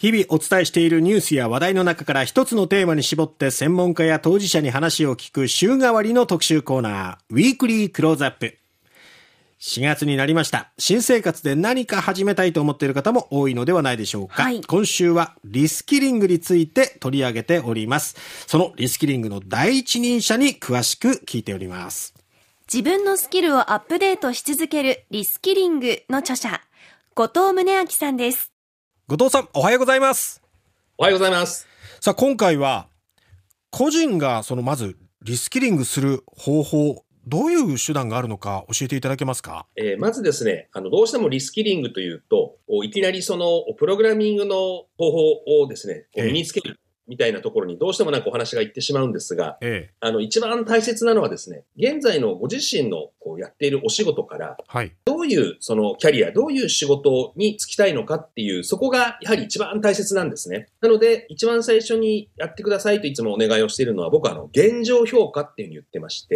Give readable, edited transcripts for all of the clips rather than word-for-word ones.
日々お伝えしているニュースや話題の中から一つのテーマに絞って専門家や当事者に話を聞く週替わりの特集コーナー、ウィークリークローズアップ。4月になりました。新生活で何か始めたいと思っている方も多いのではないでしょうか。今週はリスキリングについて取り上げております。そのリスキリングの第一人者に詳しく聞いております。 自分のスキルをアップデートし続けるリスキリングの著者、後藤宗明さんです。 後藤さん、おはようございます。 おはようございます。 さあ、今回は個人がまずリスキリングする方法、どういう手段があるのか教えていただけますか？ まずですね、どうしてもリスキリングというと、いきなりプログラミングの方法をですね、身につけるみたいなところにどうしてもお話がいってしまうんですが、一番大切なのはですね、現在のご自身のやっているお仕事から、どういうキャリア、どういう仕事に就きたいのかっていう、そこがやはり一番大切なんですね。なので、一番最初にやってくださいといつもお願いをしているのは、僕は現状評価っていうふうに言ってまして、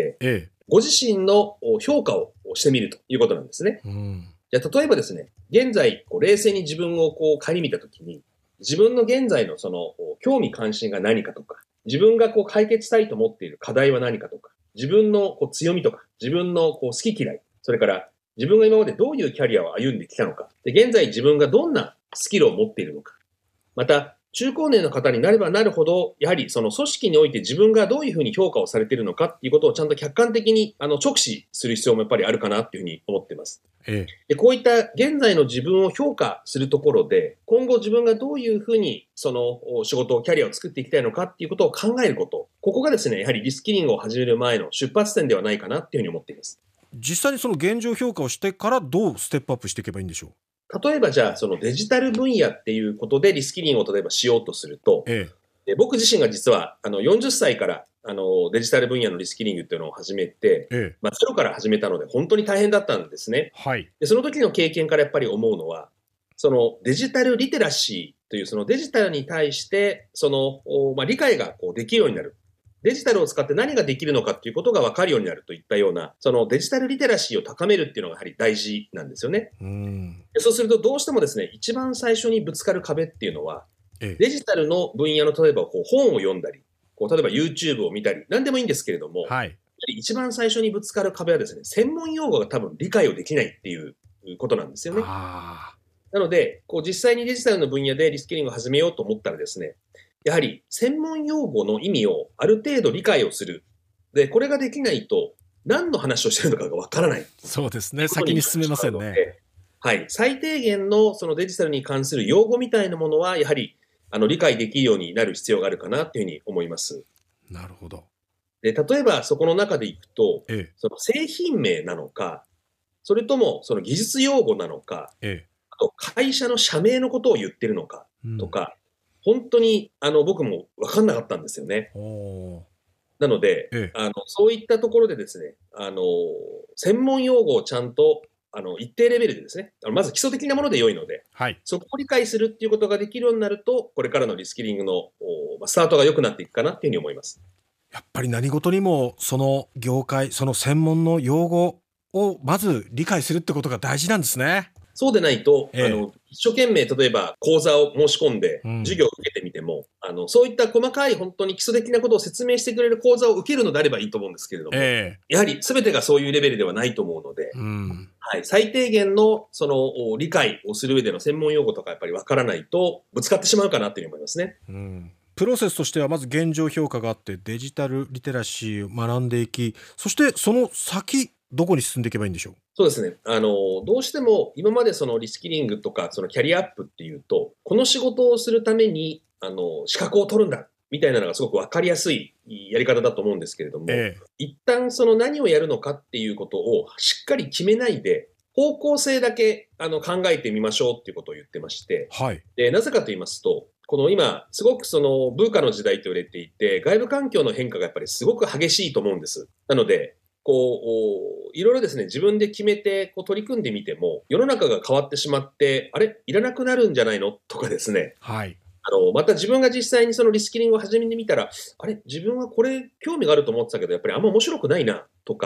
ご自身の評価をしてみるということなんですね。じゃあ例えばですね、現在冷静に自分を顧みたときに、自分の現在の興味関心が何かとか、自分が解決したいと思っている課題は何かとか、自分の強みとか、自分の好き嫌い、それから自分が今までどういうキャリアを歩んできたのか、で現在自分がどんなスキルを持っているのか、また中高年の方になればなるほど、やはり組織において自分がどういうふうに評価をされているのかっていうことをちゃんと客観的に直視する必要もやっぱりあるかなっていうふうに思っています。でこういった現在の自分を評価するところで、今後自分がどういうふうに仕事、キャリアを作っていきたいのかっていうことを考えること。ここがですね、やはりリスキリングを始める前の出発点ではないかなっていうふうに思っています。 実際に現状評価をしてからどうステップアップしていけばいいんでしょう？ 例えばじゃあデジタル分野っていうことでリスキリングを例えばしようとすると、僕自身が実は40歳からデジタル分野のリスキリングっていうのを始めて、ゼロから始めたので本当に大変だったんですね。でその時の経験からやっぱり思うのは、デジタルリテラシーというデジタルに対して理解ができるようになる。デジタルを使って何ができるのかっていうことが分かるようになるといったような、デジタルリテラシーを高めるっていうのがやはり大事なんですよね。でそうするとどうしてもですね、一番最初にぶつかる壁っていうのは、デジタルの分野の例えば本を読んだり、例えば YouTube を見たり、何でもいいんですけれども、一番最初にぶつかる壁はですね、専門用語が多分理解をできないっていうことなんですよね。なので、実際にデジタルの分野でリスキリングを始めようと思ったらですね、やはり専門用語の意味をある程度理解をする。で、これができないと何の話をしているのかがわからない。 そうですね。先に進めませんね。 最低限のデジタルに関する用語みたいなものはやはり理解できるようになる必要があるかなというふうに思います。 なるほど。 で、例えばそこの中でいくと、製品名なのか、それとも技術用語なのか、あと会社の社名のことを言ってるのかとか、本当に僕も分かんなかったんですよね。なので、そういったところでですね、専門用語をちゃんと一定レベルでですね、まず基礎的なもので良いので、そこを理解するっていうことができるようになると、これからのリスキリングのスタートが良くなっていくかなっていうふうに思います。 やっぱり何事にもその業界、その専門の用語をまず理解するってことが大事なんですね。 そうでないと、一生懸命例えば講座を申し込んで授業を受けてみても、そういった細かい本当に基礎的なことを説明してくれる講座を受けるのであればいいと思うんですけれども、やはり全てがそういうレベルではないと思うので、最低限の理解をする上での専門用語とかやっぱりわからないとぶつかってしまうかなというふうに思いますね。 プロセスとしてはまず現状評価があって、デジタルリテラシーを学んでいき、そしてその先どこに進んでいけばいいんでしょう？ そうですね。どうしても今までリスキリングとかキャリアアップっていうと、この仕事をするために資格を取るんだみたいなのがすごく分かりやすいやり方だと思うんですけれども、一旦何をやるのかっていうことをしっかり決めないで、方向性だけ考えてみましょうっていうことを言ってまして、でなぜかと言いますと、この今すごくVUCAの時代と言われていて、外部環境の変化がやっぱりすごく激しいと思うんです。なのでいろいろですね、自分で決めて取り組んでみても、世の中が変わってしまって、あれいらなくなるんじゃないのとかですね。また自分が実際にリスキリングを始めてみたら、あれ自分はこれ興味があると思ってたけど、やっぱりあんま面白くないなとか、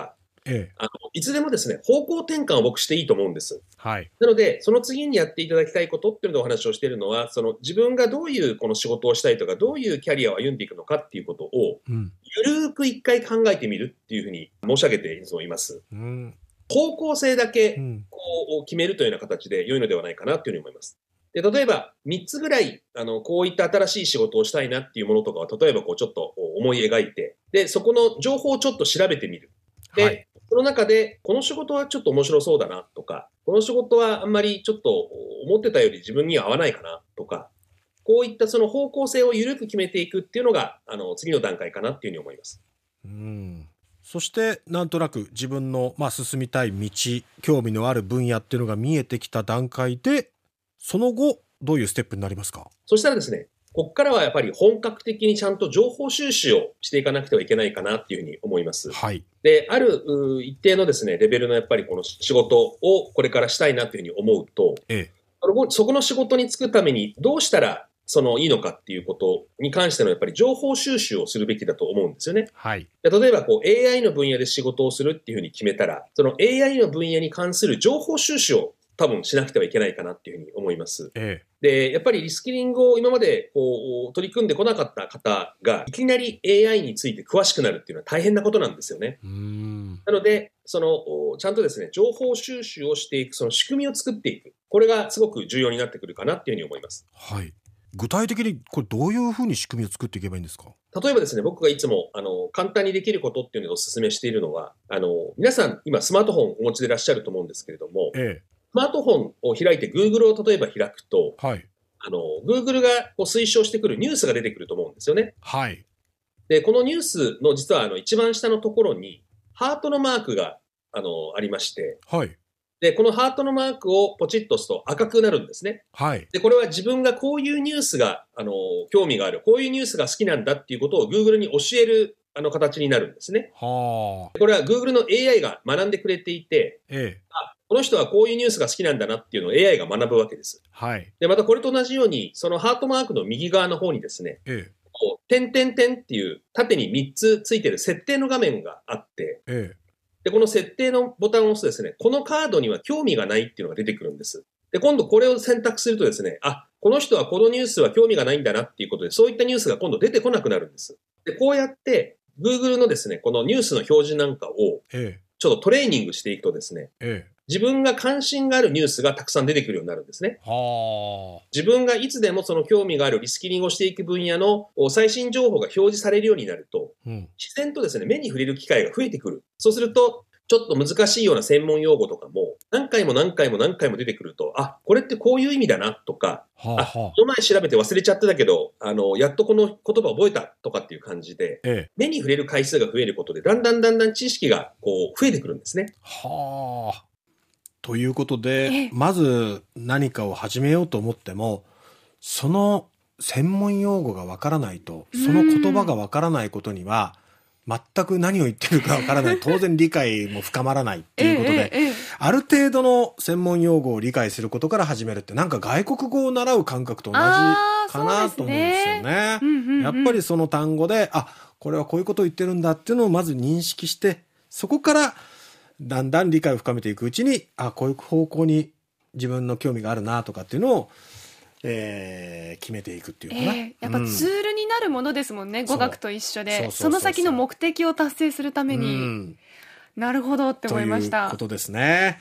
いつでもですね、方向転換を僕していいと思うんです。 はい。 なので、その次にやっていただきたいことっていうのでお話をしているのは、自分がどういうこの仕事をしたいとか、どういうキャリアを歩んでいくのかっていうことを、ゆるーく一回考えてみるっていうふうに申し上げていつもいます。方向性だけこう決めるというような形で良いのではないかなというふうに思います。で、例えば3つぐらい、こういった新しい仕事をしたいなっていうものとかは、例えばこうちょっと思い描いて、で、そこの情報をちょっと調べてみる。で、はい、その中で、この仕事はちょっと面白そうだなとか、この仕事はあんまりちょっと思ってたより自分には合わないかなとか、こういったその方向性を緩く決めていくっていうのが、次の段階かなっていうふうに思います。 そしてなんとなく自分の、進みたい道、興味のある分野っていうのが見えてきた段階で、その後どういうステップになりますか？ そしたらですね、ここからはやっぱり本格的にちゃんと情報収集をしていかなくてはいけないかなっていうふうに思います。 はい。 で、ある一定のですね、レベルのやっぱりこの仕事をこれからしたいなっていうふうに思うと、そこの仕事に就くためにどうしたらいいのかっていうことに関してのやっぱり情報収集をするべきだと思うんですよね。 はい。 で、例えばAI の分野で仕事をするっていうふうに決めたら、その AI の分野に関する情報収集を多分しなくてはいけないかなっていうふうに思います。で、やっぱりリスキリングを今まで取り組んでこなかった方がいきなり AI について詳しくなるっていうのは大変なことなんですよね。なので、ちゃんとですね、情報収集をしていく、その仕組みを作っていく。これがすごく重要になってくるかなっていうふうに思います。 はい。具体的にこれどういうふうに仕組みを作っていけばいいんですか？ 例えばですね、僕がいつも簡単にできることっていうのをお勧めしているのは、皆さん今スマートフォンをお持ちでいらっしゃると思うんですけれども、スマートフォンを開いて Google を例えば開くと、 はい、 Google が推奨してくるニュースが出てくると思うんですよね。 はい。 で、このニュースの実は一番下のところにハートのマークがありまして、 はい。 で、このハートのマークをポチッと押すと赤くなるんですね。 はい。 で、これは自分がこういうニュースが興味がある、こういうニュースが好きなんだっていうことを Google に教える形になるんですね。 はあ。 これは Google の AI が学んでくれていて、この人はこういうニュースが好きなんだなっていうのを AI が学ぶわけです。 はい。 で、またこれと同じように、そのハートマークの右側の方にですね、点々点っていう縦に3つついてる設定の画面があって、で、この設定のボタンを押すとですね、このカードには興味がないっていうのが出てくるんです。で、今度これを選択するとですね、この人はこのニュースは興味がないんだなっていうことで、そういったニュースが今度出てこなくなるんです。で、こうやって、Google のですね、このニュースの表示なんかを、ちょっとトレーニングしていくとですね、自分が関心があるニュースがたくさん出てくるようになるんですね。自分がいつでもその興味があるリスキリングをしていく分野の最新情報が表示されるようになると、自然とですね、目に触れる機会が増えてくる。そうすると、ちょっと難しいような専門用語とかも何回も出てくると、これってこういう意味だなとか、この前調べて忘れちゃってたけど、やっとこの言葉覚えたとかっていう感じで、目に触れる回数が増えることで、だんだん知識が増えてくるんですね。 ということで、まず何かを始めようと思っても、その専門用語がわからないと、その言葉がわからないことには、全く何を言ってるかわからない。当然理解も深まらないっていうことで、ある程度の専門用語を理解することから始めるって、なんか外国語を習う感覚と同じかなと思うんですよね。やっぱりその単語で、これはこういうことを言ってるんだっていうのをまず認識して、そこからだんだん理解を深めていくうちに、こういう方向に自分の興味があるなとかっていうのを、決めていくっていうかな。 やっぱツールになるものですもんね、語学と一緒で。その先の目的を達成するために。なるほどって思いました。 ということですね。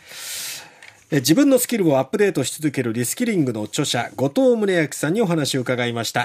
自分のスキルをアップデートし続けるリスキリングの著者、後藤宗明さんにお話を伺いました。